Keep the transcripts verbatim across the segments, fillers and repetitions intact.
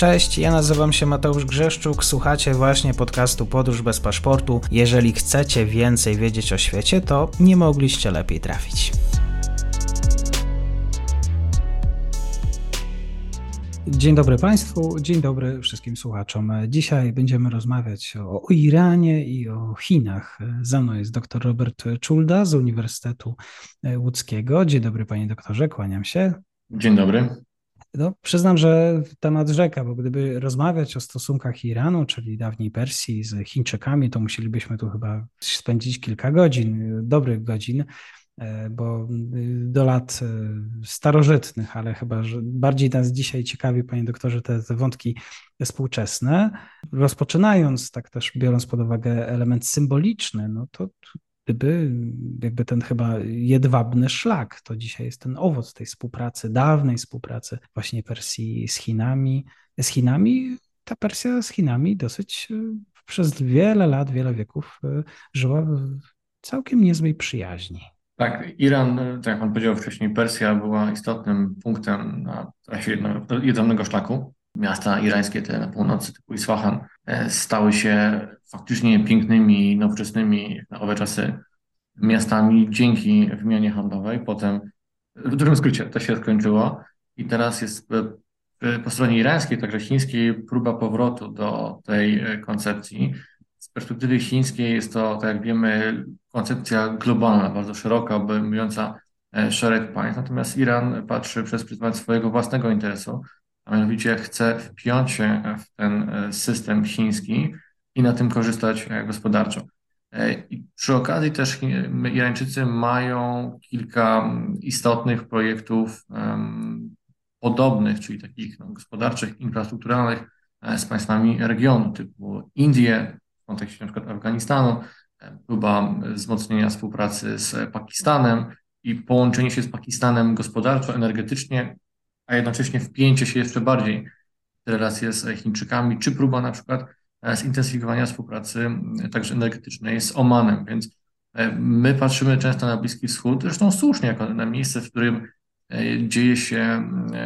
Cześć, ja nazywam się Mateusz Grzeszczuk, słuchacie właśnie podcastu Podróż bez paszportu. Jeżeli chcecie więcej wiedzieć o świecie, to nie mogliście lepiej trafić. Dzień dobry Państwu, dzień dobry wszystkim słuchaczom. Dzisiaj będziemy rozmawiać o, o Iranie i o Chinach. Ze mną jest dr Robert Czulda z Uniwersytetu Łódzkiego. Dzień dobry Panie doktorze, kłaniam się. Dzień dobry. No, przyznam, że temat rzeka, bo gdyby rozmawiać o stosunkach Iranu, czyli dawniej Persji z Chińczykami, to musielibyśmy tu chyba spędzić kilka godzin, dobrych godzin, bo do lat starożytnych, ale chyba że bardziej nas dzisiaj ciekawi, panie doktorze, te, te wątki współczesne. Rozpoczynając, tak też biorąc pod uwagę element symboliczny, no to gdyby jakby ten chyba jedwabny szlak, to dzisiaj jest ten owoc tej współpracy, dawnej współpracy właśnie Persji z Chinami. Z Chinami, ta Persja z Chinami dosyć przez wiele lat, wiele wieków żyła w całkiem niezłej przyjaźni. Tak, Iran, tak jak pan powiedział wcześniej, Persja była istotnym punktem na trasie jedwabnego szlaku. Miasta irańskie, te na północy, typu Isfahan, stały się faktycznie pięknymi, nowoczesnymi na owe czasy miastami dzięki wymianie handlowej. Potem, w dużym skrócie, to się skończyło i teraz jest po stronie irańskiej, także chińskiej, próba powrotu do tej koncepcji. Z perspektywy chińskiej jest to, tak jak wiemy, koncepcja globalna, bardzo szeroka, obejmująca szereg państw. Natomiast Iran patrzy przez pryzmat swojego własnego interesu, a mianowicie chce wpiąć się w ten system chiński i na tym korzystać gospodarczo. I przy okazji też Irańczycy mają kilka istotnych projektów um, podobnych, czyli takich no, gospodarczych, infrastrukturalnych z państwami regionu, typu Indie, w kontekście na przykład Afganistanu, próba wzmocnienia współpracy z Pakistanem i połączenie się z Pakistanem gospodarczo, energetycznie, a jednocześnie wpięcie się jeszcze bardziej w relacje z Chińczykami, czy próba na przykład zintensyfikowania współpracy także energetycznej z Omanem. Więc my patrzymy często na Bliski Wschód, zresztą słusznie, jako na miejsce, w którym dzieje się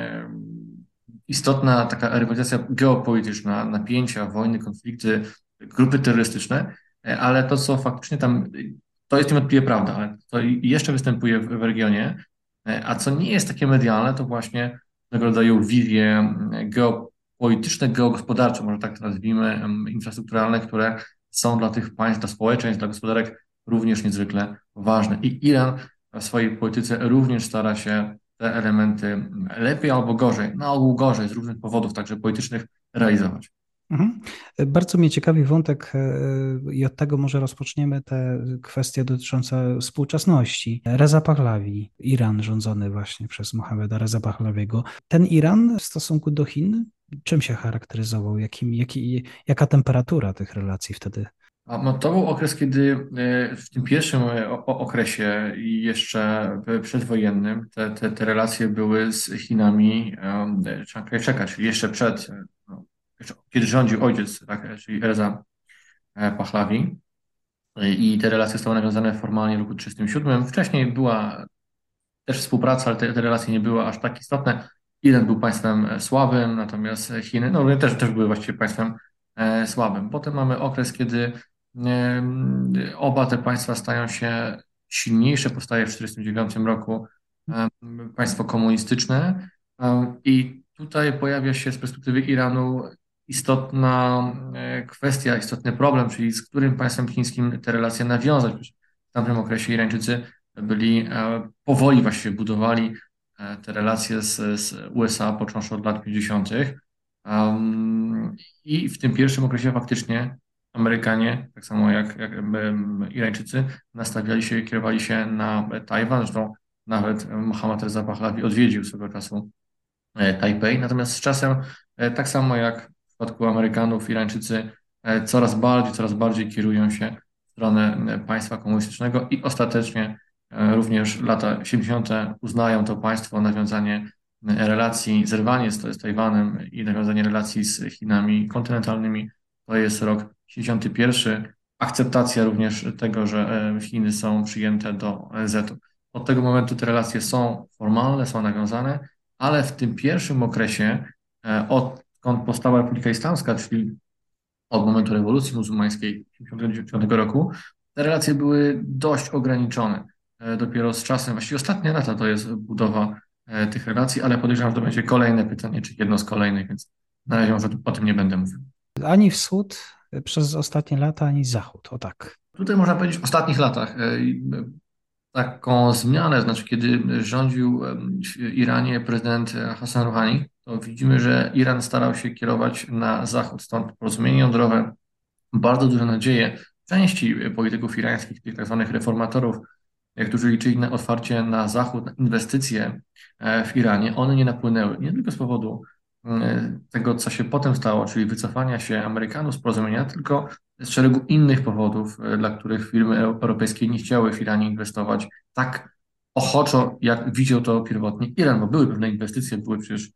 istotna taka rywalizacja geopolityczna, napięcia, wojny, konflikty, grupy terrorystyczne, ale to, co faktycznie tam, to jest niewątpliwie prawda, ale to jeszcze występuje w, w regionie, a co nie jest takie medialne, to właśnie tego rodzaju wizje geopolityczne, geogospodarcze, może tak to nazwijmy, infrastrukturalne, które są dla tych państw, dla społeczeństw, dla gospodarek również niezwykle ważne. I Iran w swojej polityce również stara się te elementy lepiej albo gorzej, na ogół gorzej, z różnych powodów, także politycznych, realizować. Mhm. Bardzo mnie ciekawi wątek i od tego może rozpoczniemy te kwestie dotyczące współczesności. Reza Pahlavi, Iran rządzony właśnie przez Mohammeda Reza Pahlaviego. Ten Iran w stosunku do Chin, czym się charakteryzował? Jakim, jaki, jaka temperatura tych relacji wtedy? A no to był okres, kiedy w tym pierwszym okresie i jeszcze przedwojennym te, te, te relacje były z Chinami, trzeba czekać, czyli jeszcze przed, kiedy rządził ojciec, tak, czyli Reza Pahlavi, i te relacje zostały nawiązane formalnie w roku tysiąc dziewięćset trzydziestym siódmym. Wcześniej była też współpraca, ale te, te relacje nie były aż tak istotne. Iran był państwem słabym, natomiast Chiny no, też, też były właściwie państwem słabym. Potem mamy okres, kiedy oba te państwa stają się silniejsze, powstaje w tysiąc dziewięćset czterdziestym dziewiątym roku państwo komunistyczne i tutaj pojawia się z perspektywy Iranu istotna kwestia, istotny problem, czyli z którym państwem chińskim te relacje nawiązać. W tamtym okresie Irańczycy byli powoli właściwie budowali te relacje z, z U S A, począwszy od lat pięćdziesiątych. Um, I w tym pierwszym okresie faktycznie Amerykanie, tak samo jak, jak Irańczycy, nastawiali się, kierowali się na Tajwan. Zresztą nawet Mohammad Reza Pahlavi odwiedził swego czasu Tajpej. Natomiast z czasem, tak samo jak w przypadku Amerykanów, Irańczycy coraz bardziej, coraz bardziej kierują się w stronę państwa komunistycznego i ostatecznie również lata siedemdziesiąte uznają to państwo, nawiązanie relacji, zerwanie z, z Tajwanem i nawiązanie relacji z Chinami kontynentalnymi. To jest rok siedemdziesiąty pierwszy. Akceptacja również tego, że Chiny są przyjęte do O N Z u. Od tego momentu te relacje są formalne, są nawiązane, ale w tym pierwszym okresie, od skąd powstała Republika Islamska, czyli od momentu rewolucji muzułmańskiej tysiąc dziewięćset pięćdziesiątego dziewiątego roku, te relacje były dość ograniczone. E, Dopiero z czasem, właściwie ostatnie lata to jest budowa e, tych relacji, ale podejrzewam, że to będzie kolejne pytanie, czy jedno z kolejnych, więc na razie może o tym nie będę mówił. Ani wschód przez ostatnie lata, ani zachód, o tak. Tutaj można powiedzieć w ostatnich latach e, i, e, taką zmianę, znaczy kiedy rządził em, w Iranie prezydent Hassan Rouhani, to widzimy, że Iran starał się kierować na zachód, stąd porozumienie jądrowe, bardzo duże nadzieje części polityków irańskich, tych tak zwanych reformatorów, e, którzy liczyli na otwarcie na zachód, na inwestycje e, w Iranie, one nie napłynęły. Nie tylko z powodu e, tego, co się potem stało, czyli wycofania się Amerykanów z porozumienia, tylko z szeregu innych powodów, e, dla których firmy europejskie nie chciały w Iranie inwestować tak ochoczo, jak widział to pierwotnie Iran, bo były pewne inwestycje, były przecież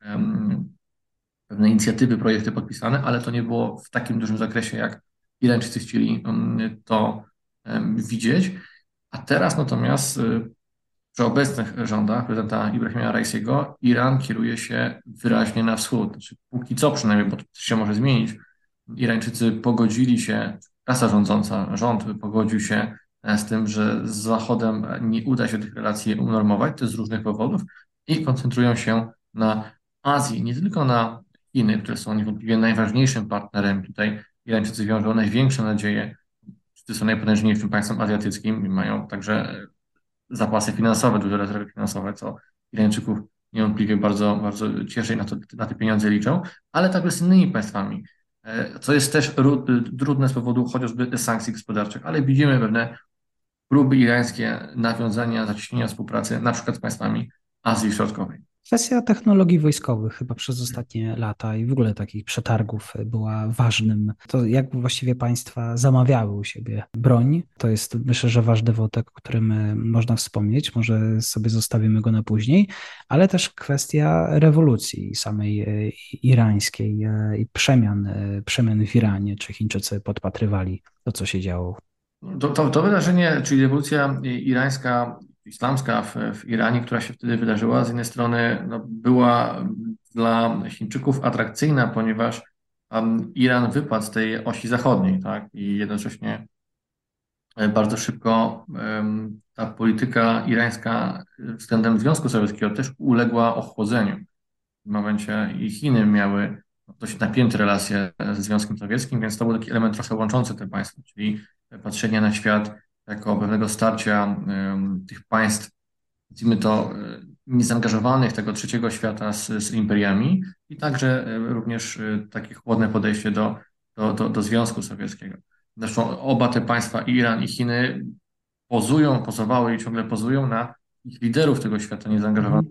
em, pewne inicjatywy, projekty podpisane, ale to nie było w takim dużym zakresie, jak Irańczycy chcieli um, to um, widzieć. A teraz natomiast y, przy obecnych rządach prezydenta Ibrahima Raisiego Iran kieruje się wyraźnie na wschód. Znaczy, póki co przynajmniej, bo to się może zmienić. Irańczycy pogodzili się, klasa rządząca, rząd pogodził się e, z tym, że z Zachodem nie uda się tych relacji unormować, to z różnych powodów i koncentrują się na Azji, nie tylko na Chiny, które są niewątpliwie najważniejszym partnerem. Tutaj Irańczycy wiążą największe nadzieje, to są najpotężniejszym państwem azjatyckim i mają także zapasy finansowe, duże rezerwy finansowe, co Irańczyków niewątpliwie bardzo, bardzo cieszy i na, to, na te pieniądze liczą, ale także z innymi państwami, e, co jest też ru- trudne z powodu chociażby sankcji gospodarczych, ale widzimy pewne próby irańskie nawiązania, zacieśnienia współpracy, na przykład z państwami Azji Środkowej. Kwestia technologii wojskowych chyba przez ostatnie lata i w ogóle takich przetargów była ważnym. To jak właściwie państwa zamawiały u siebie broń, to jest myślę, że ważny wątek, o którym można wspomnieć, może sobie zostawimy go na później, ale też kwestia rewolucji samej irańskiej i przemian, przemian w Iranie, czy Chińczycy podpatrywali to, co się działo. To, to, to wydarzenie, czyli rewolucja irańska, islamska w, w Iranie, która się wtedy wydarzyła, z jednej strony no, była dla Chińczyków atrakcyjna, ponieważ um, Iran wypadł z tej osi zachodniej, tak? I jednocześnie e, bardzo szybko em, ta polityka irańska względem Związku Sowieckiego też uległa ochłodzeniu. W momencie i Chiny miały dość napięte relacje ze Związkiem Sowieckim, więc to był taki element trochę łączący te państwa, czyli patrzenie na świat jako pewnego starcia um, tych państw, nazwijmy to, niezaangażowanych tego trzeciego świata z, z imperiami i także e, również e, takie chłodne podejście do, do, do, do Związku Sowieckiego. Zresztą oba te państwa, i Iran i Chiny, pozują, pozowały i ciągle pozują na ich liderów tego świata niezaangażowanych.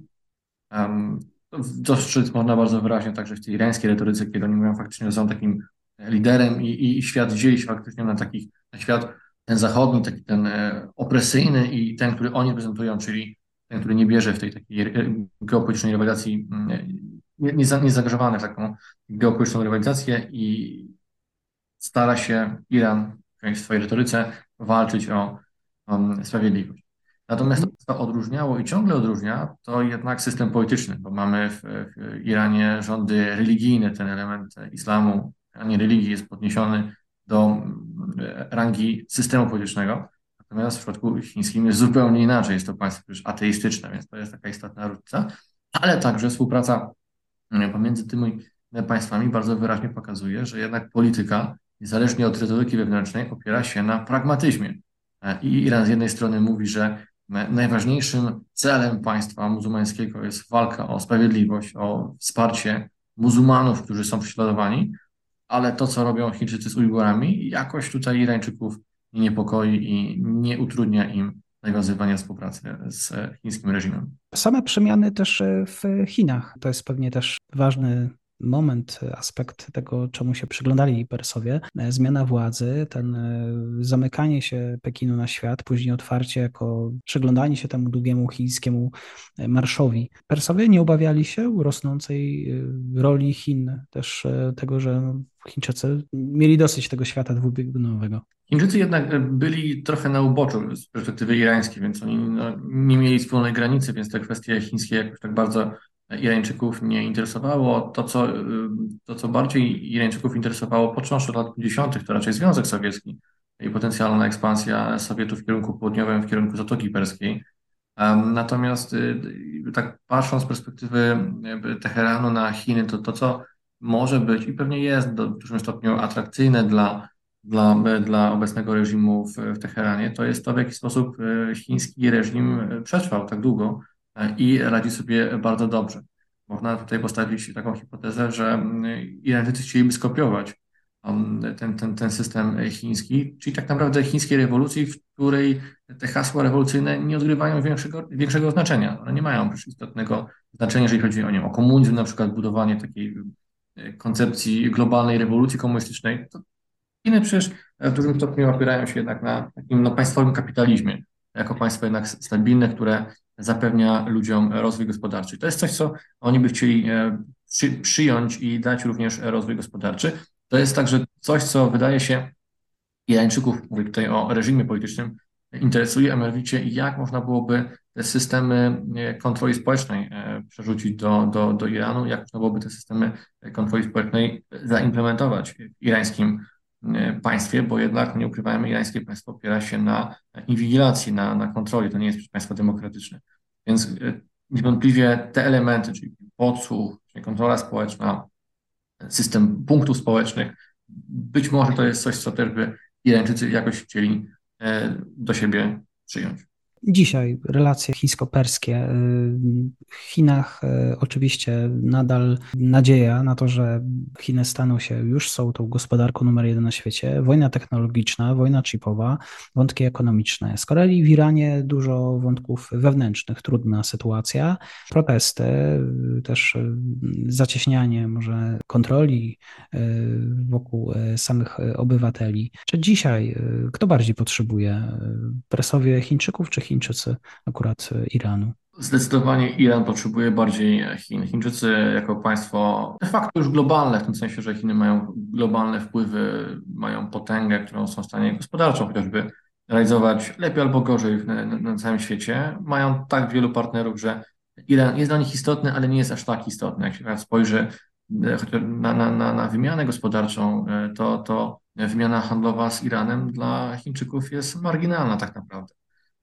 Um, dostrzec można bardzo wyraźnie także w tej irańskiej retoryce, kiedy oni mówią faktycznie, że są takim liderem i, i, i świat dzieli się faktycznie na takich, na świat ten zachodni, taki ten e, opresyjny i ten, który oni prezentują, czyli ten, który nie bierze w tej takiej e, geopolitycznej rywalizacji, e, nie, nie, za, nie zaangażowany w taką geopolityczną rywalizację i stara się Iran w swojej retoryce walczyć o, o sprawiedliwość. Natomiast to, co odróżniało i ciągle odróżnia, to jednak system polityczny, bo mamy w, w Iranie rządy religijne, ten element islamu, a nie religii jest podniesiony do rangi systemu politycznego. Natomiast w przypadku chińskim jest zupełnie inaczej. Jest to państwo już ateistyczne, więc to jest taka istotna różnica. Ale także współpraca pomiędzy tymi państwami bardzo wyraźnie pokazuje, że jednak polityka, niezależnie od retoryki wewnętrznej, opiera się na pragmatyzmie. I Iran z jednej strony mówi, że najważniejszym celem państwa muzułmańskiego jest walka o sprawiedliwość, o wsparcie muzułmanów, którzy są prześladowani, ale to, co robią Chińczycy z Ujgurami, jakoś tutaj Irańczyków nie niepokoi i nie utrudnia im nawiązywania współpracy z chińskim reżimem. Same przemiany też w Chinach. To jest pewnie też ważny moment, aspekt tego, czemu się przyglądali Persowie. Zmiana władzy, ten zamykanie się Pekinu na świat, później otwarcie jako przyglądanie się temu długiemu chińskiemu marszowi. Persowie nie obawiali się rosnącej roli Chin, też tego, że Chińczycy mieli dosyć tego świata dwubiegunowego. Chińczycy jednak byli trochę na uboczu z perspektywy irańskiej, więc oni no, nie mieli wspólnej granicy, więc te kwestie chińskie jakoś tak bardzo Irańczyków nie interesowało. To, co, to, co bardziej Irańczyków interesowało, począwszy od lat pięćdziesiątych, to raczej Związek Sowiecki i potencjalna ekspansja Sowietów w kierunku południowym, w kierunku Zatoki Perskiej. Em, Natomiast y, y, tak patrząc z perspektywy jakby Teheranu na Chiny, to to, co może być i pewnie jest do, w dużym stopniu atrakcyjne dla, dla, dla obecnego reżimu w, w Teheranie, to jest to, w jaki sposób y, chiński reżim y, przetrwał tak długo y, i radzi sobie bardzo dobrze. Można tutaj postawić taką hipotezę, że y, Irańczycy chcieliby skopiować um, ten, ten, ten system chiński, czyli tak naprawdę chińskiej rewolucji, w której te hasła rewolucyjne nie odgrywają większego, większego znaczenia. One nie mają przecież istotnego znaczenia, jeżeli chodzi o, nie wiem, o komunizm, na przykład budowanie takiej e, koncepcji globalnej rewolucji komunistycznej. To Chiny przecież w dużym stopniu opierają się jednak na takim no, państwowym kapitalizmie, jako państwo jednak stabilne, które zapewnia ludziom rozwój gospodarczy. To jest coś, co oni by chcieli e, przy, przyjąć i dać również rozwój gospodarczy. To jest także coś, co wydaje się Irańczyków, mówię tutaj o reżimie politycznym, interesuje, a mianowicie jak można byłoby te systemy e, kontroli społecznej e, przerzucić do, do, do Iranu, jak można byłoby te systemy kontroli społecznej zaimplementować w irańskim e, państwie, bo jednak, nie ukrywajmy, irańskie państwo opiera się na inwigilacji, na, na kontroli, to nie jest przecież państwo demokratyczne. Więc e, niewątpliwie te elementy, czyli podsłuch, czyli kontrola społeczna, system punktów społecznych, być może to jest coś, co też by Irańczycy jakoś chcieli e, do siebie przyjąć. Dzisiaj relacje chińsko-perskie. W Chinach y, oczywiście nadal nadzieja na to, że Chiny staną się, już są tą gospodarką numer jeden na świecie. Wojna technologiczna, wojna chipowa, wątki ekonomiczne. Z kolei w Iranie dużo wątków wewnętrznych, trudna sytuacja, protesty, y, też y, zacieśnianie może kontroli y, wokół y, samych obywateli. Czy dzisiaj y, kto bardziej potrzebuje? y, Presowie Chińczyków czy Chińczycy akurat Iranu? Zdecydowanie Iran potrzebuje bardziej Chin. Chińczycy jako państwo de facto już globalne, w tym sensie, że Chiny mają globalne wpływy, mają potęgę, którą są w stanie gospodarczą chociażby realizować lepiej albo gorzej na, na, na całym świecie. Mają tak wielu partnerów, że Iran jest dla nich istotny, ale nie jest aż tak istotny. Jak się teraz spojrzy e, chociaż na, na, na, na wymianę gospodarczą, e, to, to wymiana handlowa z Iranem dla Chińczyków jest marginalna tak naprawdę.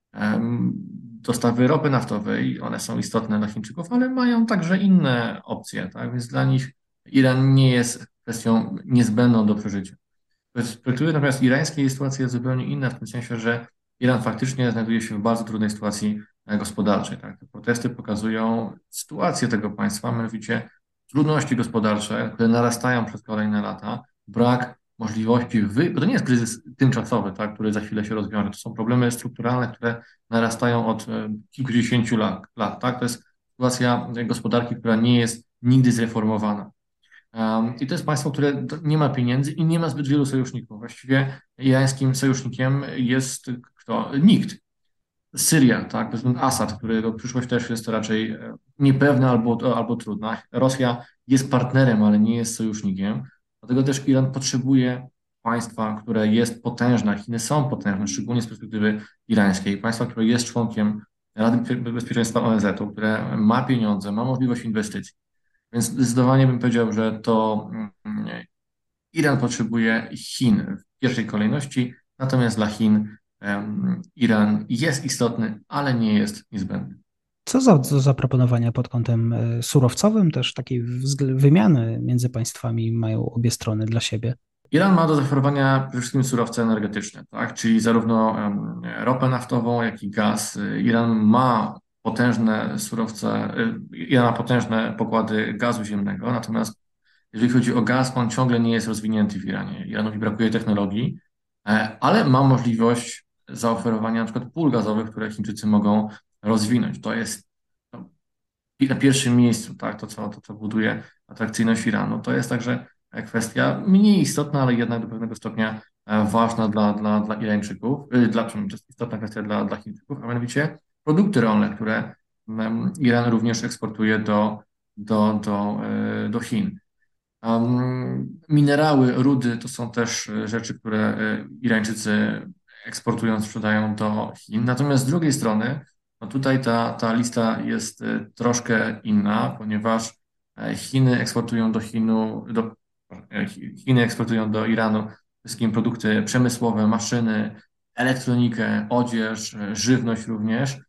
Em, Dostawy ropy naftowej, one są istotne dla Chińczyków, ale mają także inne opcje, tak? Więc dla nich Iran nie jest kwestią niezbędną do przeżycia. Z perspektywy natomiast irańskiej sytuacja jest zupełnie inna, w tym sensie, że Iran faktycznie znajduje się w bardzo trudnej sytuacji e, gospodarczej, tak? Te protesty pokazują sytuację tego państwa, mianowicie trudności gospodarcze, które narastają przez kolejne lata, brak możliwości, wy... bo to nie jest kryzys tymczasowy, tak, który za chwilę się rozwiąże, to są problemy strukturalne, które narastają od e, kilkudziesięciu lat, lat, tak? To jest sytuacja gospodarki, która nie jest nigdy zreformowana. Um, I to jest państwo, które do- nie ma pieniędzy i nie ma zbyt wielu sojuszników. Właściwie irańskim sojusznikiem jest kto? Nikt. Syria, tak, prezydent Assad, którego przyszłość też jest raczej e, niepewna albo, albo trudna. Rosja jest partnerem, ale nie jest sojusznikiem. Dlatego też Iran potrzebuje państwa, które jest potężne. Chiny są potężne, szczególnie z perspektywy irańskiej. Państwa, które jest członkiem Rady Bezpieczeństwa O N Z-u, które ma pieniądze, ma możliwość inwestycji. Więc zdecydowanie bym powiedział, że to mm, Iran potrzebuje Chin w pierwszej kolejności, natomiast dla Chin em, Iran jest istotny, ale nie jest niezbędny. Co za, do zaproponowania pod kątem e, surowcowym, też takiej wzgl- wymiany między państwami mają obie strony dla siebie? Iran ma do zaoferowania przede wszystkim surowce energetyczne, tak? Czyli zarówno em, ropę naftową, jak i gaz. Iran ma potężne surowce, y, Iran ma potężne pokłady gazu ziemnego, natomiast jeżeli chodzi o gaz, on ciągle nie jest rozwinięty w Iranie. Iranowi brakuje technologii, e, ale ma możliwość zaoferowania na przykład pól gazowych, które Chińczycy mogą rozwinąć. To jest no, i na pierwszym miejscu, tak, to co, to, co buduje atrakcyjność Iranu. To jest także e, kwestia mniej istotna, ale jednak do pewnego stopnia e, ważna dla, dla, dla Irańczyków, y, dla, przepraszam, to jest istotna kwestia dla, dla Chińczyków, a mianowicie produkty rolne, które em, Iran również eksportuje do, do, do, e, do Chin. Um, minerały, rudy to są też e, rzeczy, które e, Irańczycy eksportują, sprzedają do Chin. Natomiast z drugiej strony No tutaj ta, ta lista jest troszkę inna, ponieważ Chiny eksportują do Chinu, do, Chiny eksportują do Iranu wszystkie produkty przemysłowe, maszyny, elektronikę, odzież, żywność również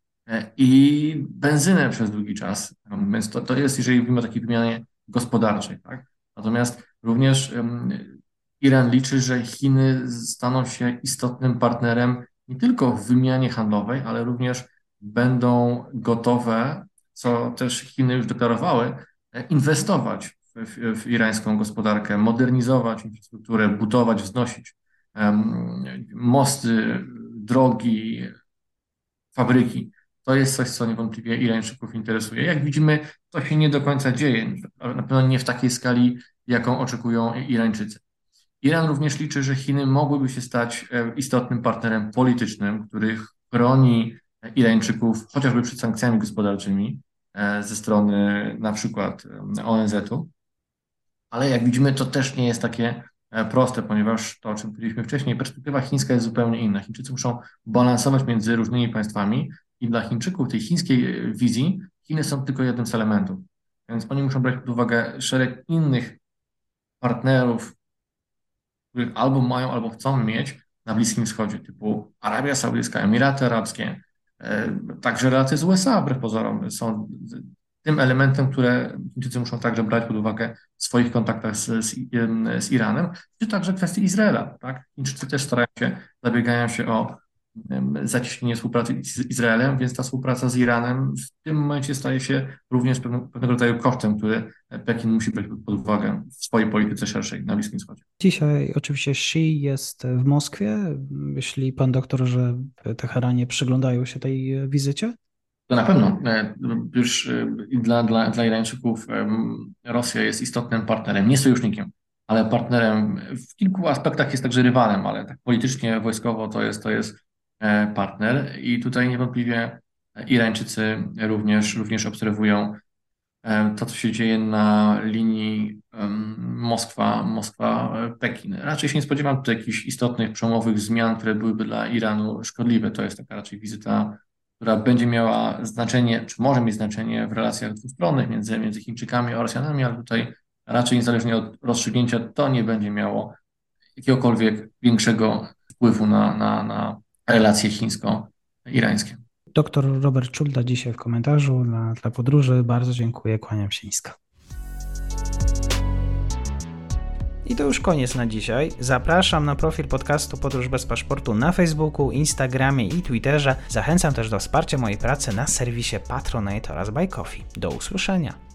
i benzynę przez długi czas. Więc to, to jest, jeżeli mówimy o takiej wymianie gospodarczej, tak? Natomiast również um, Iran liczy, że Chiny staną się istotnym partnerem nie tylko w wymianie handlowej, ale również będą gotowe, co też Chiny już deklarowały, inwestować w, w, w irańską gospodarkę, modernizować infrastrukturę, budować, wznosić um, mosty, drogi, fabryki. To jest coś, co niewątpliwie Irańczyków interesuje. Jak widzimy, to się nie do końca dzieje, ale na pewno nie w takiej skali, jaką oczekują Irańczycy. Iran również liczy, że Chiny mogłyby się stać istotnym partnerem politycznym, który chroni Irańczyków chociażby przed sankcjami gospodarczymi ze strony na przykład O N Z u. Ale jak widzimy, to też nie jest takie proste, ponieważ to, o czym powiedzieliśmy wcześniej, perspektywa chińska jest zupełnie inna. Chińczycy muszą balansować między różnymi państwami i dla Chińczyków tej chińskiej wizji Chiny są tylko jednym z elementów. Więc oni muszą brać pod uwagę szereg innych partnerów, których albo mają, albo chcą mieć na Bliskim Wschodzie, typu Arabia Saudyjska, Emiraty Arabskie, także relacje z U S A, wbrew pozorom, są tym elementem, które Chińczycy muszą także brać pod uwagę w swoich kontaktach z, z, z Iranem, czy także kwestii Izraela. Tak? Chińczycy też starają się, zabiegają się o zacieśnienie współpracy z Izraelem, więc ta współpraca z Iranem w tym momencie staje się również pewnego, pewnego rodzaju kosztem, który Pekin musi brać pod uwagę w swojej polityce szerszej na Bliskim Wschodzie. Dzisiaj oczywiście Xi jest w Moskwie. Myśli pan doktor, że w Teheranie przyglądają się tej wizycie? To na pewno. Już dla, dla, dla Irańczyków Rosja jest istotnym partnerem, nie sojusznikiem, ale partnerem. W kilku aspektach jest także rywalem, ale tak politycznie, wojskowo to jest, to jest partner i tutaj niewątpliwie Irańczycy również, również obserwują to, co się dzieje na linii Moskwa, Moskwa-Pekin. Raczej się nie spodziewam tutaj jakichś istotnych, przełomowych zmian, które byłyby dla Iranu szkodliwe. To jest taka raczej wizyta, która będzie miała znaczenie, czy może mieć znaczenie w relacjach dwustronnych między, między Chińczykami a Rosjanami, ale tutaj raczej niezależnie od rozstrzygnięcia to nie będzie miało jakiegokolwiek większego wpływu na, na, na relacje chińsko-irańskie. Doktor Robert Czulda dzisiaj w komentarzu dla, dla podróży. Bardzo dziękuję, kłaniam się nisko. I to już koniec na dzisiaj. Zapraszam na profil podcastu Podróż bez paszportu na Facebooku, Instagramie i Twitterze. Zachęcam też do wsparcia mojej pracy na serwisie Patronite oraz Buy Coffee. Do usłyszenia.